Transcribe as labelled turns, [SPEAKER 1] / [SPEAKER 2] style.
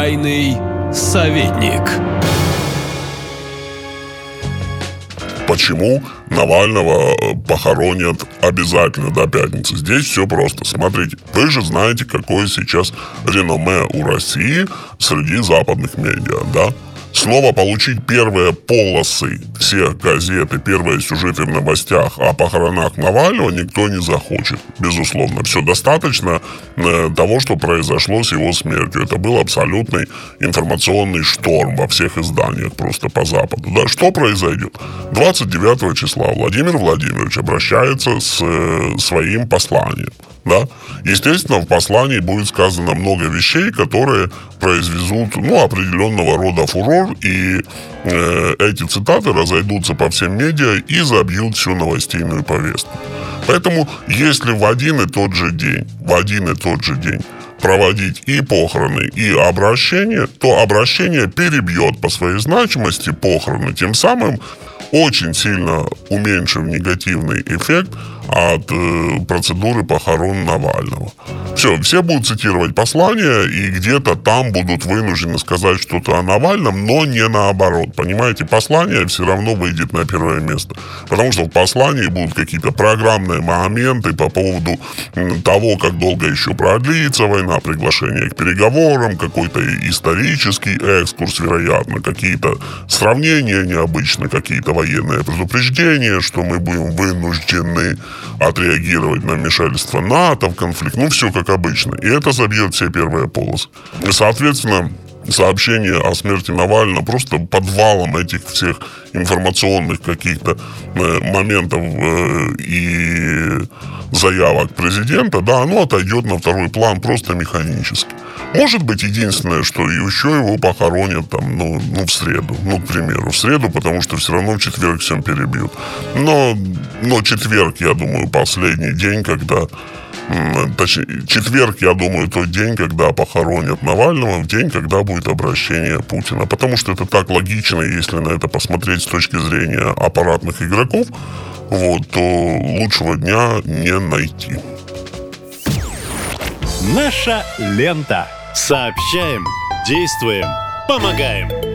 [SPEAKER 1] Тайный советник.
[SPEAKER 2] Почему Навального похоронят обязательно до пятницы? Здесь все просто. Смотрите, вы же знаете, какое сейчас реноме у России среди западных медиа, да? Снова получить первые полосы всех газет и первые сюжеты в новостях о похоронах Навального никто не захочет, безусловно. Все достаточно того, что произошло с его смертью. Это был абсолютный информационный шторм во всех изданиях просто по Западу. Да? Что произойдет? 29 числа Владимир Владимирович обращается с своим посланием. Да? Естественно, в послании будет сказано много вещей, которые произведут определенного рода фурор, и эти цитаты разойдутся по всем медиа и забьют всю новостейную повестку. Поэтому, если в один и тот же день проводить и похороны, и обращение, то обращение перебьет по своей значимости похороны, тем самым очень сильно уменьшив негативный эффект от процедуры похорон Навального. Все будут цитировать послание, и где-то там будут вынуждены сказать что-то о Навальном, но не наоборот. Понимаете, послание все равно выйдет на первое место. Потому что в послании будут какие-то программные моменты по поводу того, как долго еще продлится война, приглашение к переговорам, какой-то исторический экскурс, вероятно, какие-то сравнения необычно, какие-то военные предупреждения, что мы будем вынуждены отреагировать на вмешательство НАТО в конфликт. Все как обычно. И это забьет все первые полосы. И, соответственно, сообщение о смерти Навального просто подвалом этих всех информационных каких-то моментов и заявок президента, да, оно отойдет на второй план просто механически. Может быть, единственное, что еще его похоронят там, в среду, к примеру, в среду, потому что все равно в четверг всем перебьют. Но четверг, я думаю, последний день, когда... четверг, я думаю, тот день, когда похоронят Навального, в день, когда будет обращение Путина. Потому что это так логично, если на это посмотреть с точки зрения аппаратных игроков, то лучшего дня не найти.
[SPEAKER 3] Наша лента. Сообщаем, действуем, помогаем.